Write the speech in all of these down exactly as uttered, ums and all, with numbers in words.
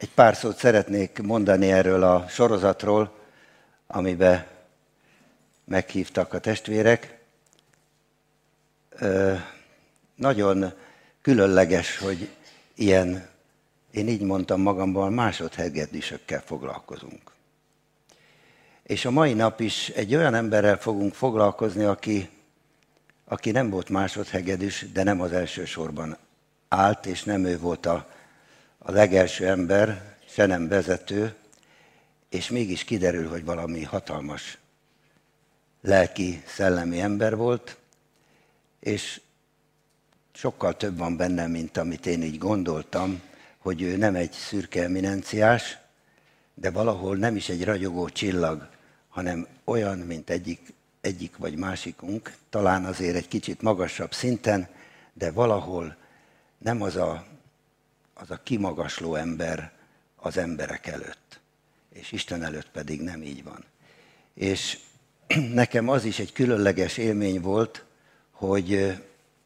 Egy pár szót szeretnék mondani erről a sorozatról, amiben meghívtak a testvérek. Ö, nagyon különleges, hogy ilyen, én így mondtam magamban, másodhegedűsökkel foglalkozunk. És a mai nap is egy olyan emberrel fogunk foglalkozni, aki, aki nem volt másodhegedűs, de nem az első sorban állt, és nem ő volt a, a legelső ember, se nem vezető, és mégis kiderül, hogy valami hatalmas lelki, szellemi ember volt, és sokkal több van bennem, mint amit én így gondoltam, hogy ő nem egy szürke eminenciás, de valahol nem is egy ragyogó csillag, hanem olyan, mint egyik, egyik vagy másikunk, talán azért egy kicsit magasabb szinten, de valahol nem az a, az a kimagasló ember az emberek előtt, és Isten előtt pedig nem így van. És nekem az is egy különleges élmény volt, hogy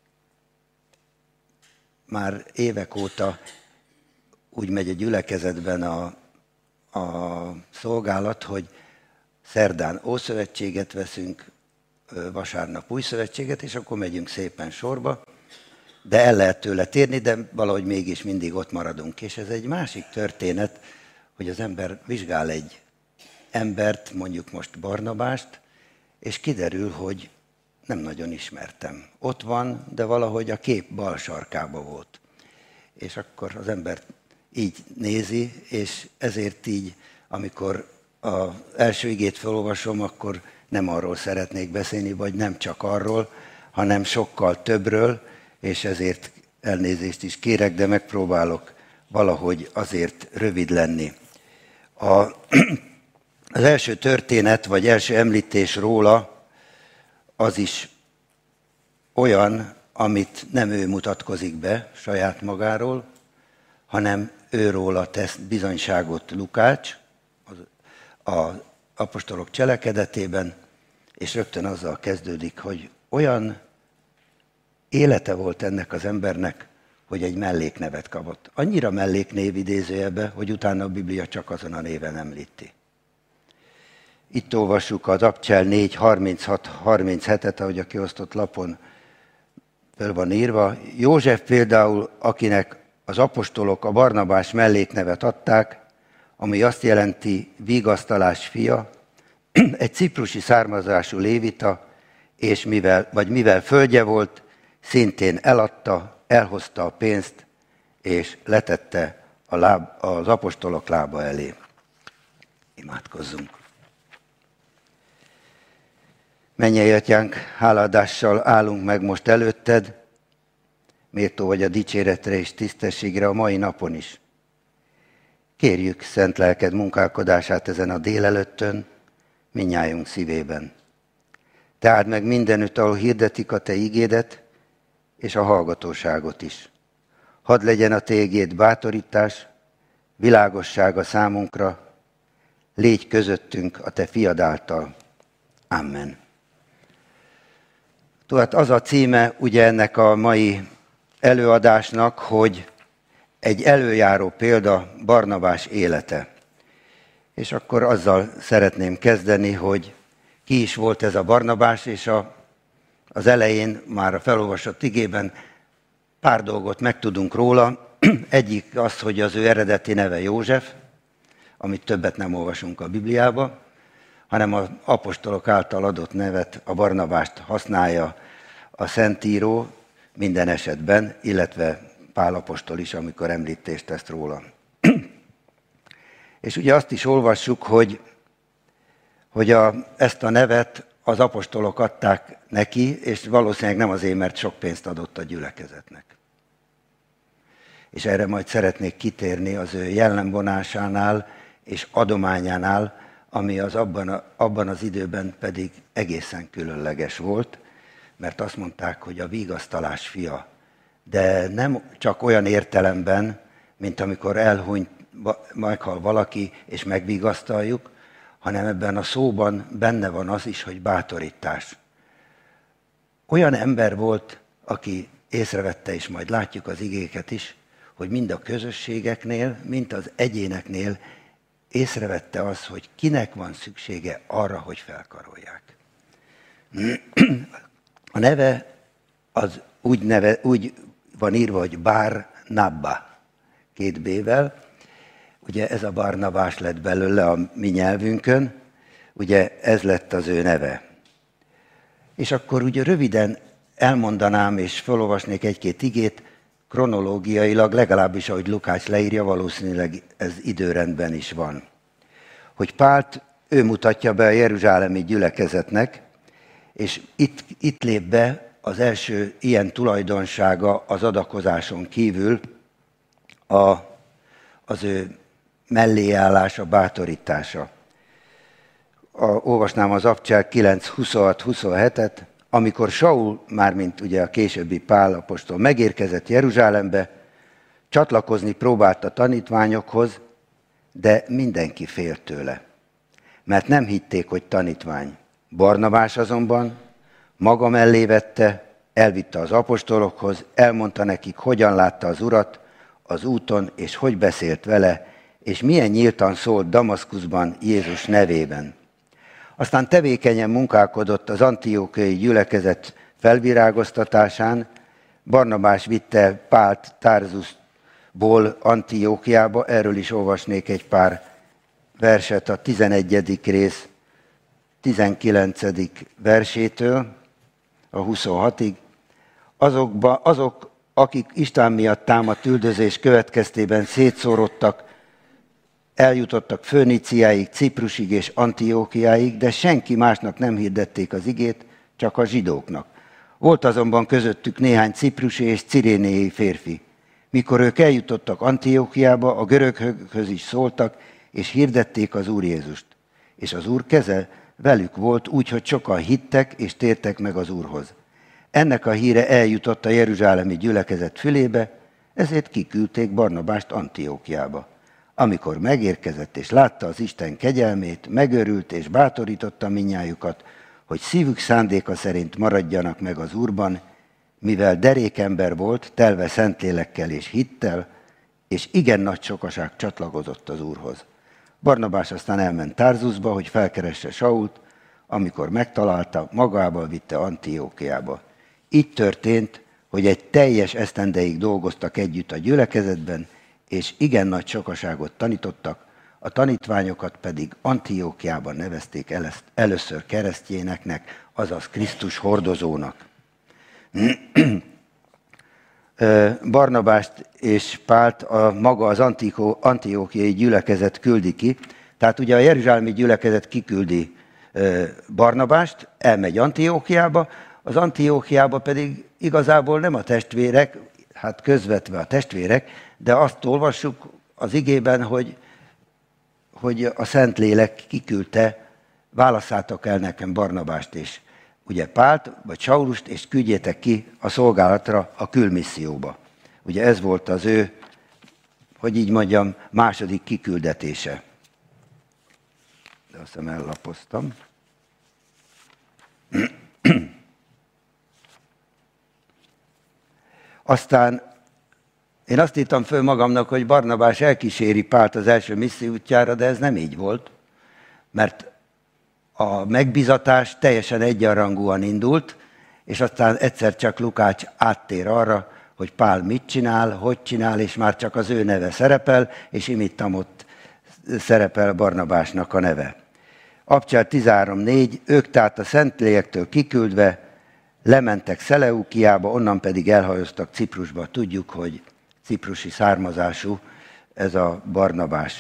már évek óta úgy megy a gyülekezetben a, a szolgálat, hogy szerdán Ószövetséget veszünk, vasárnap Új Szövetséget, és akkor megyünk szépen sorba, de el lehet tőle térni, de valahogy mégis mindig ott maradunk. És ez egy másik történet, hogy az ember vizsgál egy embert, mondjuk most Barnabást, és kiderül, hogy nem nagyon ismertem. Ott van, de valahogy a kép bal sarkába volt. És akkor az ember így nézi, és ezért így, amikor az első igét felolvasom, akkor nem arról szeretnék beszélni, vagy nem csak arról, hanem sokkal többről, és ezért elnézést is kérek, de megpróbálok valahogy azért rövid lenni. A, az első történet, vagy első említés róla, az is olyan, amit nem ő mutatkozik be saját magáról, hanem őróla tesz bizonyságot Lukács, az apostolok cselekedetében, és rögtön azzal kezdődik, hogy olyan élete volt ennek az embernek, hogy egy melléknevet kapott. Annyira melléknév idézőjebe, hogy utána a Biblia csak azon a néven említi. Itt olvassuk az Apcsel négy harminchat harminchetet, ahogy a kiosztott lapon föl van írva. József például, akinek az apostolok a Barnabás melléknevet adták, ami azt jelenti vigasztalás fia, egy ciprusi származású lévita, és mivel, vagy mivel földje volt, szintén eladta, elhozta a pénzt, és letette a láb, az apostolok lába elé. Imádkozzunk. Mennyei Atyánk, háladással állunk meg most előtted, méltó vagy a dicséretre és tisztességre a mai napon is. Kérjük szent lelked munkálkodását ezen a délelőttön, mindnyájunk szívében. Te áld meg mindenütt, ahol hirdetik a te igédet, és a hallgatóságot is. Hadd legyen a te igéd bátorítás, világossága számunkra, légy közöttünk a te fiad által. Amen. Tehát az a címe ugye ennek a mai előadásnak, hogy egy előjáró példa Barnabás élete. És akkor azzal szeretném kezdeni, hogy ki is volt ez a Barnabás, és a, az elején már a felolvasott igében pár dolgot megtudunk róla. Egyik az, hogy az ő eredeti neve József, amit többet nem olvasunk a Bibliába, hanem az apostolok által adott nevet, a Barnabást használja a Szentíró minden esetben, illetve Pál apostol is, amikor említést tesz róla. És ugye azt is olvassuk, hogy, hogy a, ezt a nevet az apostolok adták neki, és valószínűleg nem azért, mert sok pénzt adott a gyülekezetnek. És erre majd szeretnék kitérni az ő jellemvonásánál és adományánál, ami az abban, a, abban az időben pedig egészen különleges volt, mert azt mondták, hogy a vigasztalás fia. De nem csak olyan értelemben, mint amikor elhunyt, meghal valaki, és megvigasztaljuk, hanem ebben a szóban benne van az is, hogy bátorítás. Olyan ember volt, aki észrevette, és majd látjuk az igéket is, hogy mind a közösségeknél, mind az egyéneknél észrevette az, hogy kinek van szüksége arra, hogy felkarolják. A neve az úgy, neve, úgy van írva, hogy Bar-Nabba, két B-vel. Ugye ez a Barnabás lett belőle a mi nyelvünkön, ugye ez lett az ő neve. És akkor ugye röviden elmondanám és felolvasnék egy-két igét, kronológiailag, legalábbis ahogy Lukács leírja, valószínűleg ez időrendben is van. Hogy Pált ő mutatja be a jeruzsálemi gyülekezetnek, és itt, itt lép be az első ilyen tulajdonsága az adakozáson kívül a, az ő melléállása, bátorítása. A, olvasnám az Apostolok kilenc huszonhat huszonhetet, amikor Saul, mármint ugye a későbbi Pál apostol megérkezett Jeruzsálembe, csatlakozni próbált a tanítványokhoz, de mindenki félt tőle, mert nem hitték, hogy tanítvány. Barnabás azonban maga mellé vette, elvitte az apostolokhoz, elmondta nekik, hogyan látta az Urat az úton, és hogy beszélt vele, és milyen nyíltan szólt Damaszkuszban Jézus nevében. Aztán tevékenyen munkálkodott az antiókiai gyülekezet felvirágoztatásán. Barnabás vitte Pált Tarzusból Antiókiába, erről is olvasnék egy pár verset a tizenegyedik rész tizenkilencedik versétől a huszonhatig. Azokba, azok, akik Isten miatt támadt üldözés következtében szétszórodtak, eljutottak Föníciáig, Ciprusig és Antiókiáig, de senki másnak nem hirdették az igét, csak a zsidóknak. Volt azonban közöttük néhány ciprusi és cirénéi férfi. Mikor ők eljutottak Antiókiába, a göröghöz is szóltak, és hirdették az Úr Jézust. És az Úr keze velük volt úgy, hogy sokan hittek és tértek meg az Úrhoz. Ennek a híre eljutott a jeruzsálemi gyülekezet fülébe, ezért kiküldték Barnabást Antiókiába. Amikor megérkezett és látta az Isten kegyelmét, megörült és bátorította mindnyájukat, hogy szívük szándéka szerint maradjanak meg az Úrban, mivel derékember volt, telve Szentlélekkel és hittel, és igen nagy sokaság csatlakozott az Úrhoz. Barnabás aztán elment Tarzusba, hogy felkeresse Sault, amikor megtalálta, magával vitte Antiókiába. Így történt, hogy egy teljes esztendeig dolgoztak együtt a gyülekezetben, és igen nagy sokaságot tanítottak, a tanítványokat pedig Antiókiában nevezték először keresztjéneknek, azaz Krisztus hordozónak. Barnabást és Pált a maga az antiókiai gyülekezet küldi ki, tehát ugye a jeruzsálemi gyülekezet kiküldi Barnabást, elmegy Antiókiába, az Antiókiába pedig igazából nem a testvérek, hát közvetve a testvérek, de azt olvassuk az igében, hogy, hogy a Szentlélek kiküldte, válasszátok el nekem Barnabást és ugye Pált, vagy Saulust, és küldjétek ki a szolgálatra, a külmisszióba. Ugye ez volt az ő, hogy így mondjam, második kiküldetése. De azt hiszem ellapoztam. Aztán én azt írtam föl magamnak, hogy Barnabás elkíséri Pált az első misszió útjára, de ez nem így volt, mert a megbízatás teljesen egyenrangúan indult, és aztán egyszer csak Lukács áttér arra, hogy Pál mit csinál, hogy csinál, és már csak az ő neve szerepel, és imittam ott szerepel Barnabásnak a neve. Apostolok tizenhárom négy, ők tehát a Szentlélektől kiküldve lementek Szeleukiába, onnan pedig elhajóztak Ciprusba. Tudjuk, hogy ciprusi származású ez a Barnabás.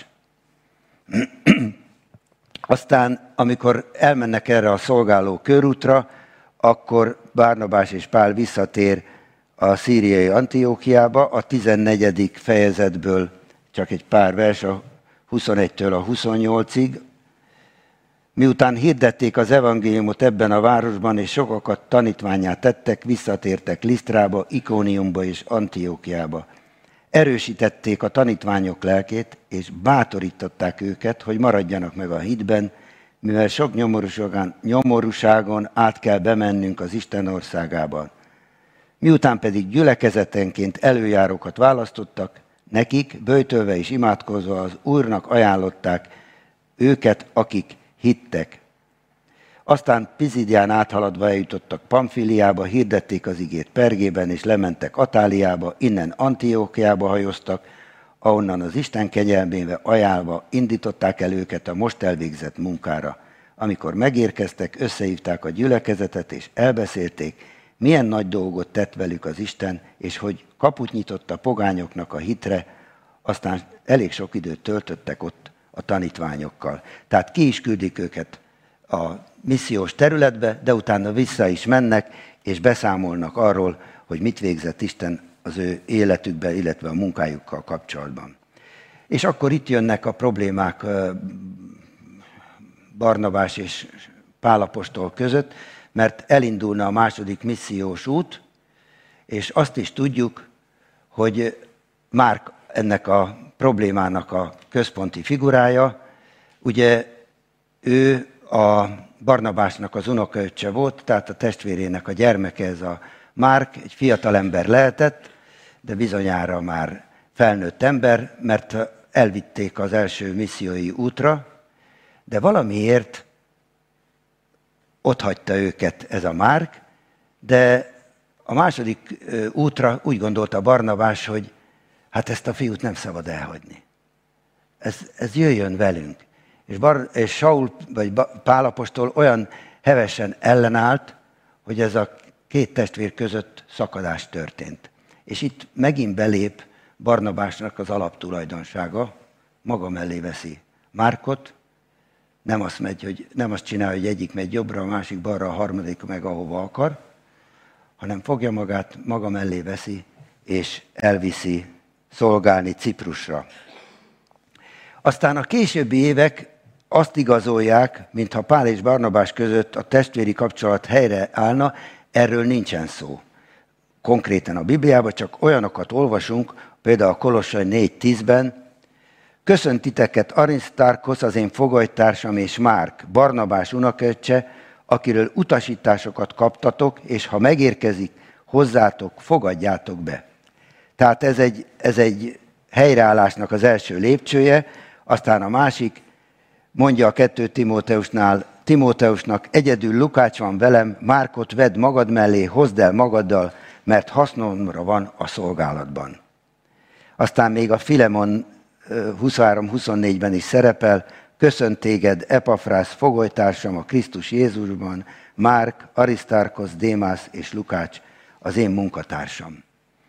Aztán, amikor elmennek erre a szolgáló körútra, akkor Barnabás és Pál visszatér a szíriai Antiókiába, a tizennegyedik fejezetből csak egy pár vers, a huszonegytől a huszonnyolcig. Miután hirdették az evangéliumot ebben a városban, és sokakat tanítvánnyá tettek, visszatértek Lisztrába, Ikóniumba és Antiókiába. Erősítették a tanítványok lelkét, és bátorították őket, hogy maradjanak meg a hitben, mivel sok nyomorúságon, nyomorúságon át kell bemennünk az Isten országában. Miután pedig gyülekezetenként előjárókat választottak, Nekik, böjtölve és imádkozva az Úrnak ajánlották őket, akik hittek. Aztán Pizidián áthaladva eljutottak Pamfiliába, hirdették az igét Pergében, és lementek Atáliába, innen Antiókiába hajóztak, ahonnan az Isten kegyelmébe ajánlva indították el őket a most elvégzett munkára. Amikor megérkeztek, összehívták a gyülekezetet, és elbeszélték, milyen nagy dolgot tett velük az Isten, és hogy kaput nyitott a pogányoknak a hitre, aztán elég sok időt töltöttek ott a tanítványokkal. Tehát ki is küldik őket a missziós területbe, de utána vissza is mennek, és beszámolnak arról, hogy mit végzett Isten az ő életükben, illetve a munkájukkal kapcsolatban. És akkor itt jönnek a problémák Barnabás és Pál apostol között, mert elindulna a második missziós út, és azt is tudjuk, hogy Márk ennek a problémának a központi figurája. Ugye ő a Barnabásnak az unokaöccse volt, tehát a testvérének a gyermeke ez a Márk, egy fiatal ember lehetett, de bizonyára már felnőtt ember, mert elvitték az első missziói útra, de valamiért otthagyta őket ez a Márk, de a második útra úgy gondolta Barnabás, hogy hát ezt a fiút nem szabad elhagyni. Ez, ez jöjjön velünk. És, Bar, és Saul vagy Pál apostol olyan hevesen ellenállt, hogy ez a két testvér között szakadás történt. És itt megint belép Barnabásnak az alaptulajdonsága, maga mellé veszi Márkot, nem azt, megy, hogy, nem azt csinál, hogy egyik megy jobbra, a másik balra, a harmadik meg ahova akar, hanem fogja magát, maga mellé veszi, és elviszi szolgálni Ciprusra. Aztán a későbbi évek azt igazolják, mintha Pál és Barnabás között a testvéri kapcsolat helyre állna, erről nincsen szó. Konkrétan a Bibliában csak olyanokat olvasunk, például a Kolossai négy tízben, köszönt titeket Arisztárkosz, az én fogolytársam, és Márk, Barnabás unokaöccse, akiről utasításokat kaptatok, és ha megérkezik hozzátok, fogadjátok be. Tehát ez egy, ez egy helyreállásnak az első lépcsője, aztán a másik, mondja a kettő Timóteusnál, Timóteusnak, egyedül Lukács van velem, Márkot vedd magad mellé, hozd el magaddal, mert hasznomra van a szolgálatban. Aztán még a Filemon huszonhárom huszonnégyben is szerepel, köszönt téged Epafrász fogolytársam a Krisztus Jézusban, Márk, Arisztárkosz, Démász és Lukács az én munkatársam.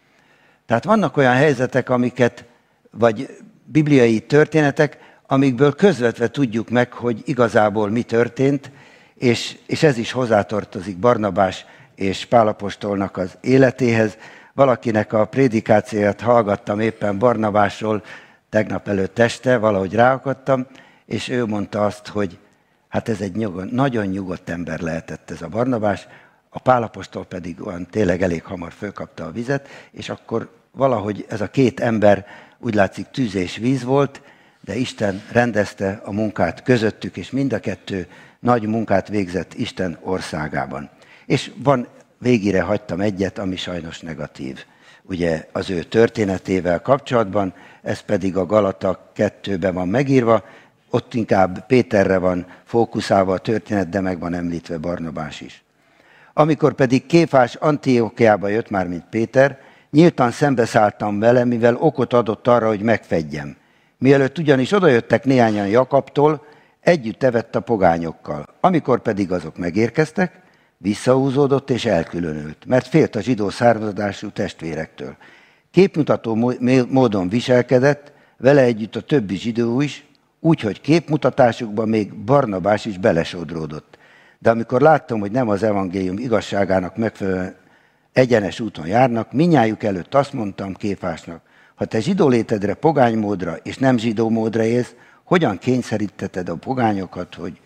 Tehát vannak olyan helyzetek, amiket, vagy bibliai történetek, amikből közvetve tudjuk meg, hogy igazából mi történt, és, és ez is hozzátartozik Barnabás és Pál apostolnak az életéhez. Valakinek a prédikációját hallgattam éppen Barnabásról, tegnap előtt este, valahogy ráakadtam, és ő mondta azt, hogy hát ez egy nyugodt, nagyon nyugodt ember lehetett ez a Barnabás, a Pál apostol pedig olyan tényleg elég hamar fölkapta a vizet, és akkor valahogy ez a két ember úgy látszik tűz és víz volt, de Isten rendezte a munkát közöttük, és mind a kettő nagy munkát végzett Isten országában. És van, végére hagytam egyet, ami sajnos negatív. Ugye az ő történetével kapcsolatban, ez pedig a Galata kettőben van megírva, ott inkább Péterre van fókuszálva a történet, de meg van említve Barnabás is. Amikor pedig Kéfás Antiókiába jött, már mint Péter, nyíltan szembeszálltam vele, mivel okot adott arra, hogy megfedjem. Mielőtt ugyanis odajöttek néhányan Jakabtól, együtt evett a pogányokkal. Amikor pedig azok megérkeztek, visszahúzódott és elkülönült, mert félt a zsidó származású testvérektől. Képmutató módon viselkedett, vele együtt a többi zsidó is, úgyhogy képmutatásukban még Barnabás is belesodródott. De amikor láttam, hogy nem az evangélium igazságának megfelelően egyenes úton járnak, mindnyájuk előtt azt mondtam Kéfásnak, ha te zsidó létedre pogánymódra és nem zsidó módra élsz, hogyan kényszeríteted a pogányokat, hogy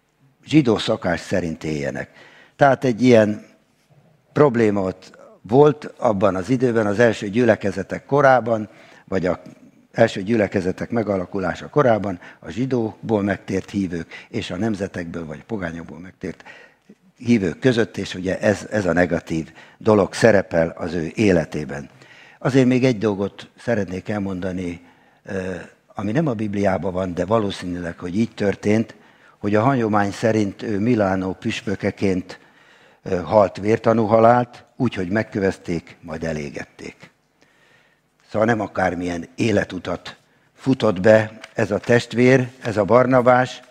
zsidó szokás szerint éljenek. Tehát egy ilyen probléma ott volt abban az időben, az első gyülekezetek korában, vagy az első gyülekezetek megalakulása korában a zsidókból megtért hívők és a nemzetekből vagy pogányokból megtért hívők között, és ugye ez, ez a negatív dolog szerepel az ő életében. Azért még egy dolgot szeretnék elmondani, ami nem a Bibliában van, de valószínűleg, hogy így történt, hogy a hagyomány szerint ő Milánó püspökeként halt vértanú halált, úgyhogy megkövezték, majd elégették. Szóval nem akármilyen életutat futott be ez a testvér, ez a Barnabás,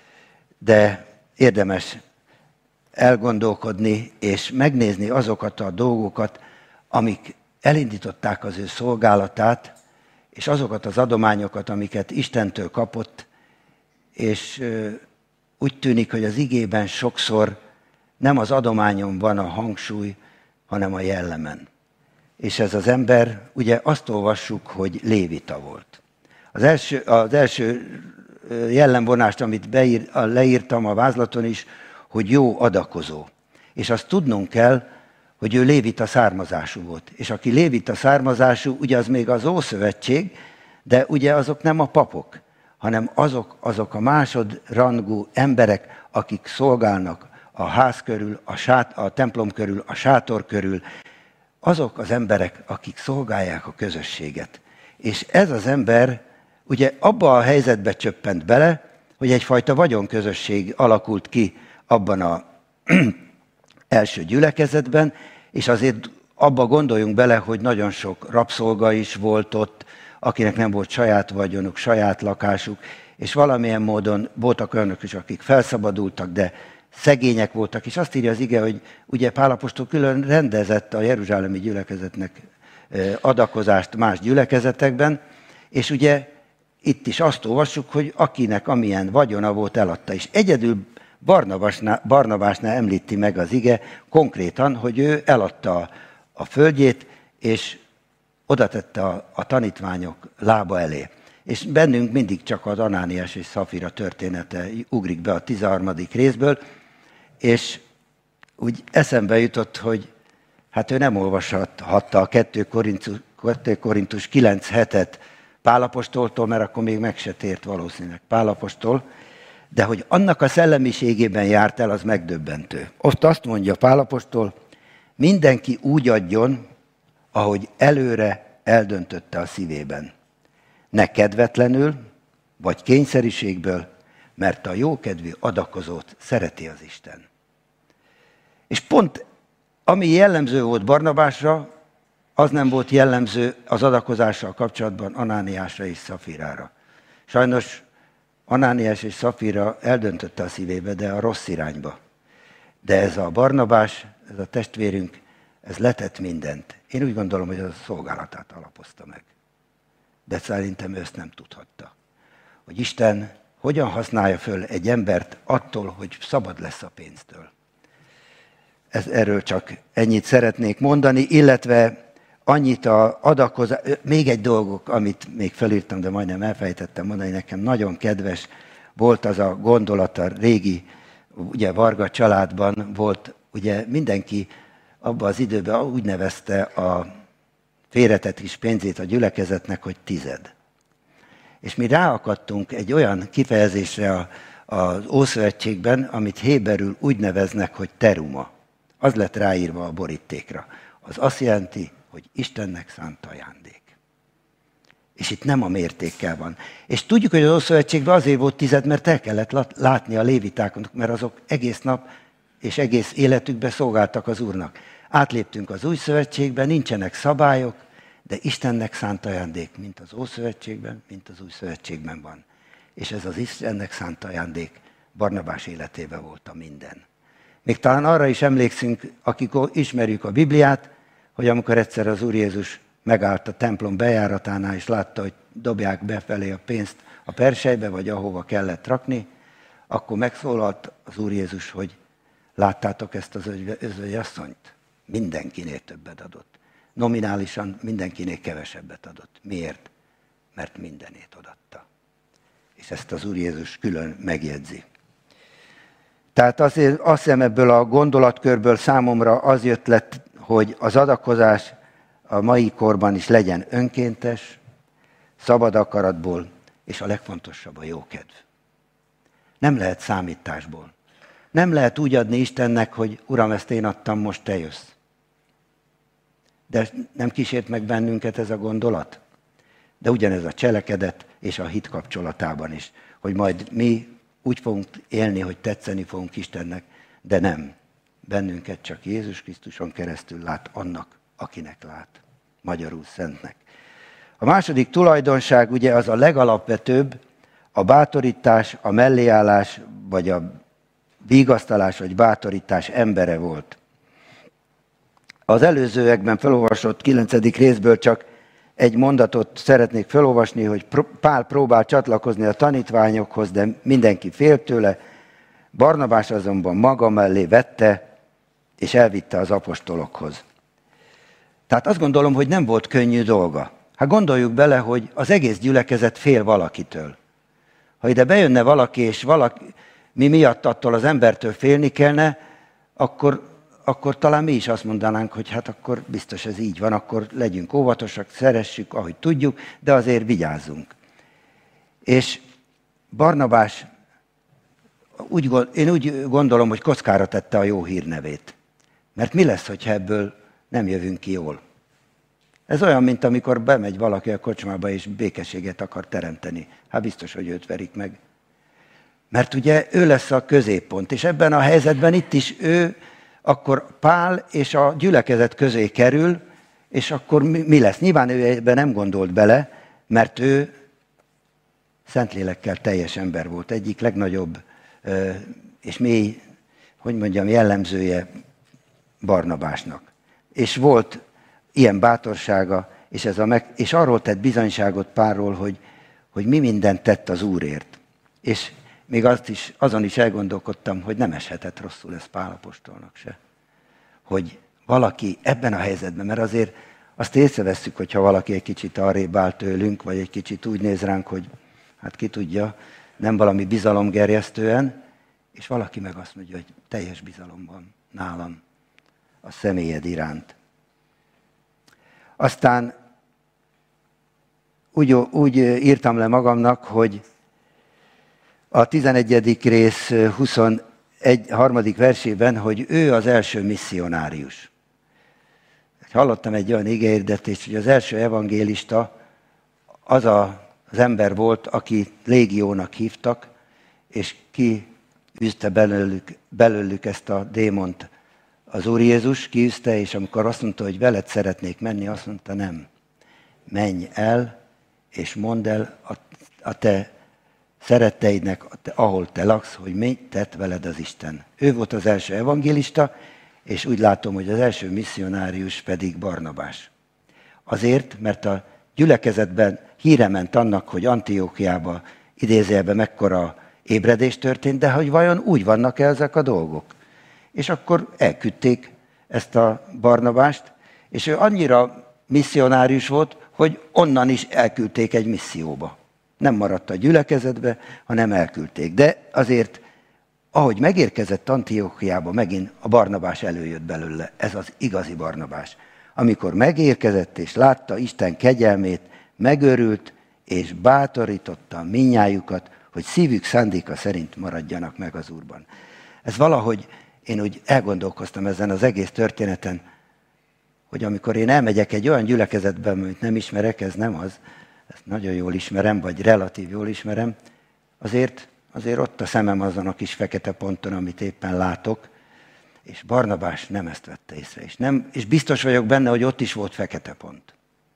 de érdemes elgondolkodni és megnézni azokat a dolgokat, amik elindították az ő szolgálatát, és azokat az adományokat, amiket Istentől kapott, és úgy tűnik, hogy az igében sokszor nem az adományon van a hangsúly, hanem a jellemen. És ez az ember, ugye azt olvassuk, hogy lévita volt. Az első, az első jellemvonást, amit beír, leírtam a vázlaton is, hogy jó adakozó. És azt tudnunk kell, hogy ő lévita származású volt. És aki lévita származású, ugye az még az Ószövetség, de ugye azok nem a papok, hanem azok, azok a másodrangú emberek, akik szolgálnak a ház körül, a, sát, a templom körül, a sátor körül, azok az emberek, akik szolgálják a közösséget. És ez az ember ugye abba a helyzetbe csöppent bele, hogy egyfajta vagyonközösség alakult ki abban az első gyülekezetben, és azért abba gondoljunk bele, hogy nagyon sok rabszolga is volt ott, akinek nem volt saját vagyonuk, saját lakásuk, és valamilyen módon voltak olyanok is, akik felszabadultak, de szegények voltak, és azt írja az ige, hogy ugye Pál apostol külön rendezett a jeruzsálemi gyülekezetnek adakozást más gyülekezetekben, és ugye itt is azt olvassuk, hogy akinek amilyen vagyona volt, eladta. És egyedül Barnabásnál, Barnabásnál említi meg az ige konkrétan, hogy ő eladta a földjét, és oda tette a, a tanítványok lába elé. És bennünk mindig csak az Anániás és Szafira története ugrik be a tizenharmadik részből, és úgy eszembe jutott, hogy hát ő nem olvashatta a kettő Korintus kilenc hetet Pál apostoltól, mert akkor még meg se tért valószínűleg Pál apostol, de hogy annak a szellemiségében járt el, az megdöbbentő. Ott azt mondja Pál apostol, mindenki úgy adjon, ahogy előre eldöntötte a szívében. Ne kedvetlenül, vagy kényszeriségből, mert a jókedvű adakozót szereti az Isten. És pont ami jellemző volt Barnabásra, az nem volt jellemző az adakozással kapcsolatban Anániásra és Szafirára. Sajnos Anániás és Szafira eldöntötte a szívébe, de a rossz irányba. De ez a Barnabás, ez a testvérünk, ez letett mindent. Én úgy gondolom, hogy az a szolgálatát alapozta meg. De szerintem ő ezt nem tudhatta. Hogy Isten hogyan használja föl egy embert attól, hogy szabad lesz a pénztől. Ez, erről csak ennyit szeretnék mondani, illetve annyit a adakozás, még egy dolgok, amit még felírtam, de majdnem elfelejtettem mondani, nekem nagyon kedves volt az a gondolat a régi, ugye Varga családban volt, ugye mindenki abban az időben úgy nevezte a félretett kis pénzét a gyülekezetnek, hogy tized. És mi ráakadtunk egy olyan kifejezésre az Ószövetségben, amit héberül úgy neveznek, hogy teruma. Az lett ráírva a borítékra. Az azt jelenti, hogy Istennek szánt ajándék. És itt nem a mértékkel van. És tudjuk, hogy az Ószövetségben azért volt tized, mert el kellett látni a lévitáknak, mert azok egész nap és egész életükben szolgáltak az Úrnak. Átléptünk az Új Szövetségben, nincsenek szabályok, de Istennek szánt ajándék, mint az Ószövetségben, mint az Új Szövetségben van. És ez az Istennek szánt ajándék Barnabás életében volt a minden. Még talán arra is emlékszünk, akik ismerjük a Bibliát, hogy amikor egyszer az Úr Jézus megállt a templom bejáratánál, és látta, hogy dobják befelé a pénzt a perselybe, vagy ahova kellett rakni, akkor megszólalt az Úr Jézus, hogy láttátok ezt az özvegyasszonyt? Mindenkinél többet adott. Nominálisan mindenkinél kevesebbet adott. Miért? Mert mindenét odatta. És ezt az Úr Jézus külön megjegyzi. Tehát azért, azt hiszem ebből a gondolatkörből számomra az jött lett, hogy az adakozás a mai korban is legyen önkéntes, szabad akaratból, és a legfontosabb a jókedv. Nem lehet számításból. Nem lehet úgy adni Istennek, hogy Uram, ezt én adtam, most te jössz. De nem kísért meg bennünket ez a gondolat? De ugyanez a cselekedet és a hit kapcsolatában is, hogy majd mi úgy fogunk élni, hogy tetszeni fogunk Istennek, de nem. Bennünket csak Jézus Krisztuson keresztül lát annak, akinek lát. Magyarul szentnek. A második tulajdonság ugye az a legalapvetőbb, a bátorítás, a melléállás, vagy a vigasztalás, vagy bátorítás embere volt. Az előzőekben felolvasott kilencedik részből csak egy mondatot szeretnék felolvasni, hogy Pál próbál csatlakozni a tanítványokhoz, de mindenki fél tőle. Barnabás azonban maga mellé vette, és elvitte az apostolokhoz. Tehát azt gondolom, hogy nem volt könnyű dolga. Hát gondoljuk bele, hogy az egész gyülekezet fél valakitől. Ha ide bejönne valaki, és valaki, mi miatt attól az embertől félni kellene, akkor, akkor talán mi is azt mondanánk, hogy hát akkor biztos ez így van, akkor legyünk óvatosak, szeressük, ahogy tudjuk, de azért vigyázzunk. És Barnabás, úgy, én úgy gondolom, hogy kockára tette a jó hírnevét. Mert mi lesz, hogyha ebből nem jövünk ki jól? Ez olyan, mint amikor bemegy valaki a kocsmába, és békességet akar teremteni. Hát biztos, hogy őt verik meg. Mert ugye ő lesz a középpont, és ebben a helyzetben itt is ő, akkor Pál és a gyülekezet közé kerül, és akkor mi lesz? Nyilván ő ebben nem gondolt bele, mert ő Szentlélekkel teljes ember volt. Egyik legnagyobb és mély, hogy mondjam, jellemzője Barnabásnak. És volt ilyen bátorsága, és, ez a meg, és arról tett bizonyságot Pálról, hogy, hogy mi mindent tett az Úrért. És még azt is, azon is elgondolkodtam, hogy nem eshetett rosszul ez Pál apostolnak se. Hogy valaki ebben a helyzetben, mert azért azt észrevesszük, hogyha valaki egy kicsit arrébb áll tőlünk, vagy egy kicsit úgy néz ránk, hogy hát ki tudja, nem valami bizalomgerjesztően, és valaki meg azt mondja, hogy teljes bizalom van nálam a személyed iránt. Aztán úgy, úgy írtam le magamnak, hogy a tizenegyedik rész huszonharmadik versében, hogy ő az első misszionárius. Hallottam egy olyan igéhirdetést, hogy az első evangélista az a, az ember volt, aki légiónak hívtak, és ki űzte belőlük, belőlük ezt a démont. Az Úr Jézus kiűzte, és amikor azt mondta, hogy veled szeretnék menni, azt mondta, nem. Menj el, és mondd el a, a te szeretteidnek, ahol te laksz, hogy mit tett veled az Isten. Ő volt az első evangélista, és úgy látom, hogy az első misszionárius pedig Barnabás. Azért, mert a gyülekezetben híre ment annak, hogy Antiókiában idézőjelben mekkora ébredés történt, de hogy vajon úgy vannak-e ezek a dolgok? És akkor elküldték ezt a Barnabást, és ő annyira misszionárius volt, hogy onnan is elküldték egy misszióba. Nem maradt a gyülekezetbe, hanem elküldték. De azért, ahogy megérkezett Antiókiába, megint a Barnabás előjött belőle. Ez az igazi Barnabás. Amikor megérkezett és látta Isten kegyelmét, megörült és bátorította minnyájukat, hogy szívük szándéka szerint maradjanak meg az Úrban. Ez valahogy, én úgy elgondolkoztam ezen az egész történeten, hogy amikor én elmegyek egy olyan gyülekezetbe, amit nem ismerek, ez nem az, ezt nagyon jól ismerem, vagy relatív jól ismerem, azért, azért ott a szemem azon a kis fekete ponton, amit éppen látok, és Barnabás nem ezt vette észre. És, nem, és biztos vagyok benne, hogy ott is volt fekete pont.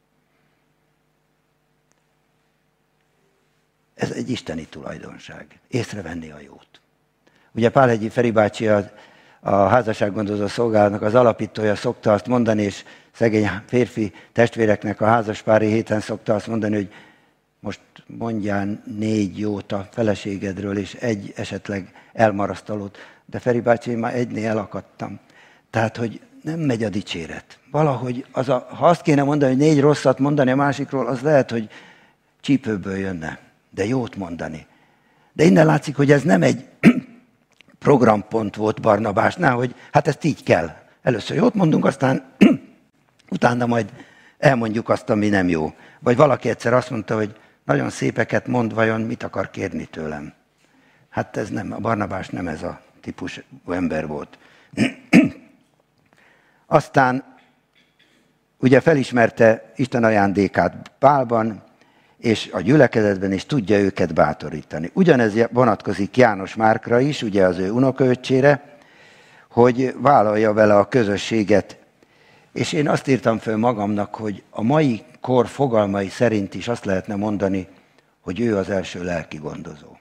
Ez egy isteni tulajdonság. Észrevenni a jót. Ugye Pálhegyi Feri bácsi a, a házassággondozó szolgálatnak az alapítója szokta azt mondani, és szegény férfi testvéreknek a házaspári héten szokta azt mondani, hogy most mondjál négy jót a feleségedről, és egy esetleg elmarasztalót. De Feri bácsi, én már egynél elakadtam. Tehát, hogy nem megy a dicséret. Valahogy, az a, ha azt kéne mondani, hogy négy rosszat mondani a másikról, az lehet, hogy csípőből jönne. De jót mondani. De innen látszik, hogy ez nem egy programpont volt Barnabásnál, hogy hát ezt így kell. Először jót mondunk, aztán utána majd elmondjuk azt, ami nem jó. Vagy valaki egyszer azt mondta, hogy nagyon szépeket mond, vajon mit akar kérni tőlem. Hát ez nem, a Barnabás nem ez a típusú ember volt. Aztán ugye felismerte Isten ajándékát Pálban, és a gyülekezetben is tudja őket bátorítani. Ugyanez vonatkozik János Márkra is, ugye az ő unokaöccsére, hogy vállalja vele a közösséget. És én azt írtam föl magamnak, hogy a mai kor fogalmai szerint is azt lehetne mondani, hogy ő az első lelki gondozó.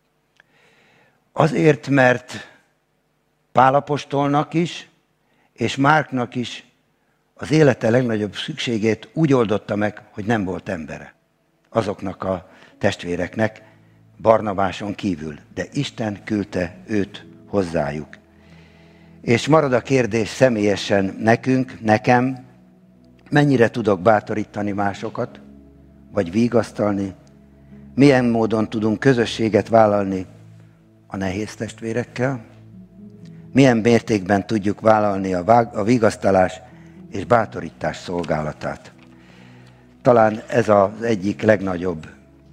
Azért, mert Pál apostolnak is, és Márknak is az élete legnagyobb szükségét úgy oldotta meg, hogy nem volt embere azoknak a testvéreknek, Barnabáson kívül, de Isten küldte őt hozzájuk. És marad a kérdés személyesen nekünk, nekem, mennyire tudok bátorítani másokat, vagy vigasztalni, milyen módon tudunk közösséget vállalni a nehéz testvérekkel, milyen mértékben tudjuk vállalni a, vág, a vigasztalás és bátorítás szolgálatát. Talán ez az egyik legnagyobb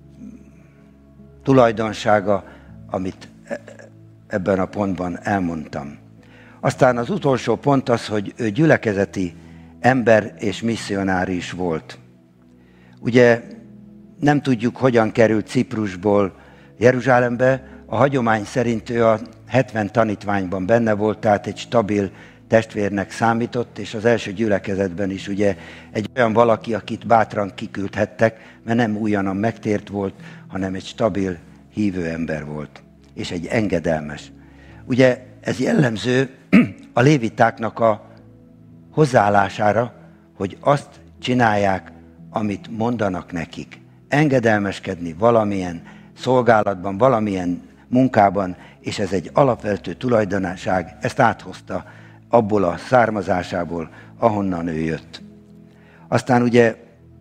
tulajdonsága, amit ebben a pontban elmondtam. Aztán az utolsó pont az, hogy ő gyülekezeti ember és misszionáris volt. Ugye nem tudjuk, hogyan került Ciprusból Jeruzsálembe. A hagyomány szerint ő a hetven tanítványban benne volt, tehát egy stabil testvérnek számított, és az első gyülekezetben is ugye egy olyan valaki, akit bátran kiküldhettek, mert nem újonnan megtért volt, hanem egy stabil hívő ember volt, és egy engedelmes. Ugye ez jellemző a lévitáknak a hozzáállására, hogy azt csinálják, amit mondanak nekik. Engedelmeskedni valamilyen szolgálatban, valamilyen munkában, és ez egy alapvető tulajdonság, ezt áthozta abból a származásából, ahonnan ő jött. Aztán ugye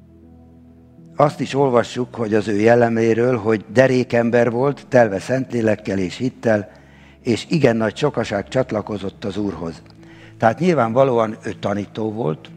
azt is olvassuk, hogy az ő jelleméről, hogy derékember volt, telve Szentlélekkel és hittel, és igen nagy sokaság csatlakozott az Úrhoz. Tehát nyilvánvalóan ő tanító volt,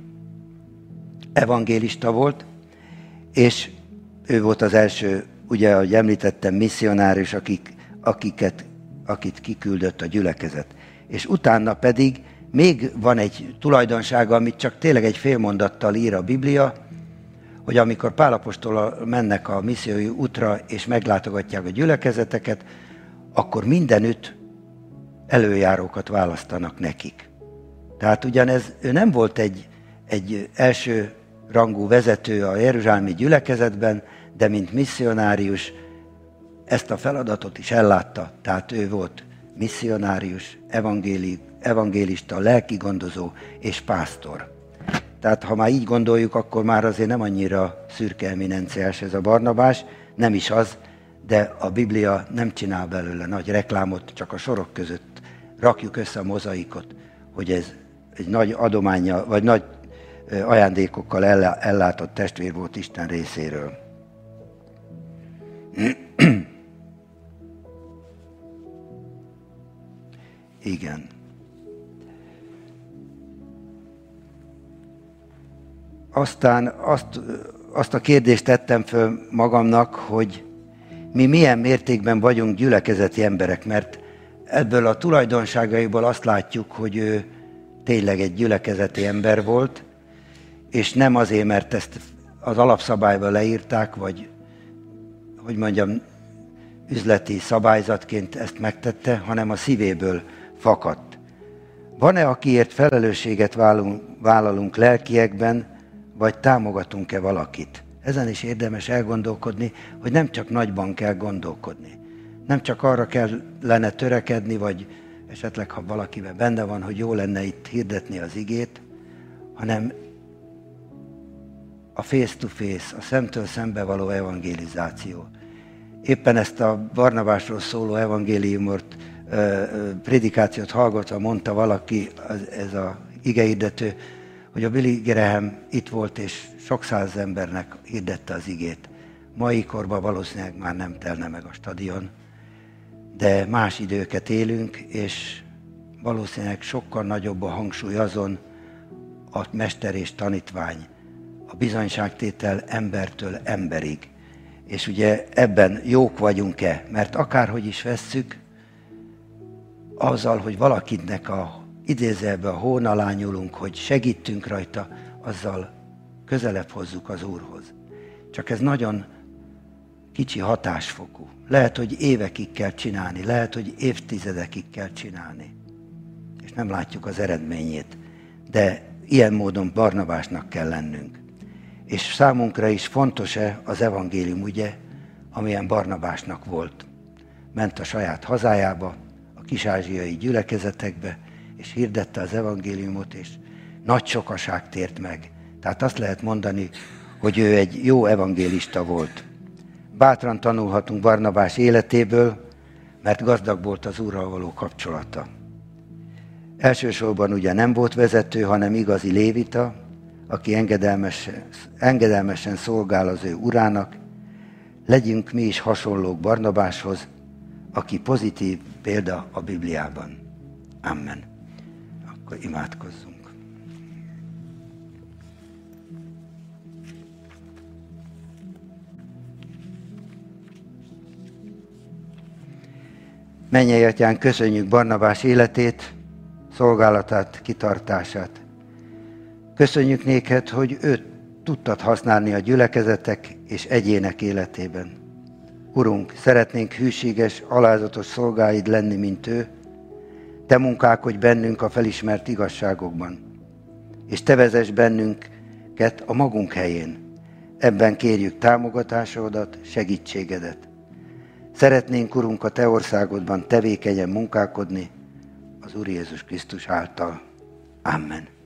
evangélista volt, és ő volt az első, ugye, ahogy említettem, misszionárius, akik, akiket, akit kiküldött a gyülekezet. És utána pedig még van egy tulajdonsága, amit csak tényleg egy fél mondattal ír a Biblia, hogy amikor Pál apostol mennek a missziói útra, és meglátogatják a gyülekezeteket, akkor mindenütt előjárókat választanak nekik. Tehát ugyanez, ő nem volt egy, egy első rangú vezető a jeruzsálemi gyülekezetben, de mint misszionárius ezt a feladatot is ellátta. Tehát ő volt misszionárius, evangéli, evangélista, lelkigondozó és pásztor. Tehát ha már így gondoljuk, akkor már azért nem annyira szürke eminenciás ez a Barnabás, nem is az, de a Biblia nem csinál belőle nagy reklámot, csak a sorok között rakjuk össze a mozaikot, hogy ez egy nagy adománya, vagy nagy ajándékokkal ellátott testvér volt Isten részéről. Igen. Aztán azt, azt a kérdést tettem föl magamnak, hogy mi milyen mértékben vagyunk gyülekezeti emberek, mert ebből a tulajdonságaiból azt látjuk, hogy ő tényleg egy gyülekezeti ember volt, és nem azért, mert ezt az alapszabályba leírták, vagy hogy mondjam, üzleti szabályzatként ezt megtette, hanem a szívéből fakadt. Van-e, akiért felelősséget vállalunk, vállalunk lelkiekben, vagy támogatunk-e valakit? Ezen is érdemes elgondolkodni, hogy nem csak nagyban kell gondolkodni. Nem csak arra kellene törekedni, vagy esetleg, ha valakiben benne van, hogy jó lenne itt hirdetni az igét, hanem a face-to-face, a szemtől szembe való evangelizáció. Éppen ezt a Barnabásról szóló evangéliumot, prédikációt hallgatva mondta valaki, ez a igehirdető, hogy a Billy Graham itt volt, és sok száz embernek hirdette az igét. Mai korban valószínűleg már nem telne meg a stadion, de más időket élünk, és valószínűleg sokkal nagyobb a hangsúly azon, a mester és tanítvány, a bizonyságtétel embertől emberig. És ugye ebben jók vagyunk-e? Mert akárhogy is vesszük, azzal, hogy valakinek a idézőjelben a hón alá nyúlunk, hogy segítünk rajta, azzal közelebb hozzuk az Úrhoz. Csak ez nagyon kicsi hatásfokú. Lehet, hogy évekig kell csinálni, lehet, hogy évtizedekig kell csinálni. És nem látjuk az eredményét. De ilyen módon Barnabásnak kell lennünk. És számunkra is fontos-e az evangélium ügye, amilyen Barnabásnak volt. Ment a saját hazájába, a kis-ázsiai gyülekezetekbe, és hirdette az evangéliumot, és nagy sokaság tért meg. Tehát azt lehet mondani, hogy ő egy jó evangélista volt. Bátran tanulhatunk Barnabás életéből, mert gazdag volt az Úrral való kapcsolata. Elsősorban ugye nem volt vezető, hanem igazi lévita, aki engedelmesen, engedelmesen szolgál az ő urának. Legyünk mi is hasonlók Barnabáshoz, aki pozitív példa a Bibliában. Amen. Akkor imádkozzunk. Mennyei Atyánk, köszönjük Barnabás életét, szolgálatát, kitartását. Köszönjük néked, hogy őt tudtad használni a gyülekezetek és egyének életében. Urunk, szeretnénk hűséges, alázatos szolgáid lenni, mint ő. Te munkálkodj bennünk a felismert igazságokban, és te vezess bennünket a magunk helyén. Ebben kérjük támogatásodat, segítségedet. Szeretnénk, Urunk, a te országodban tevékenyen munkálkodni az Úr Jézus Krisztus által. Amen.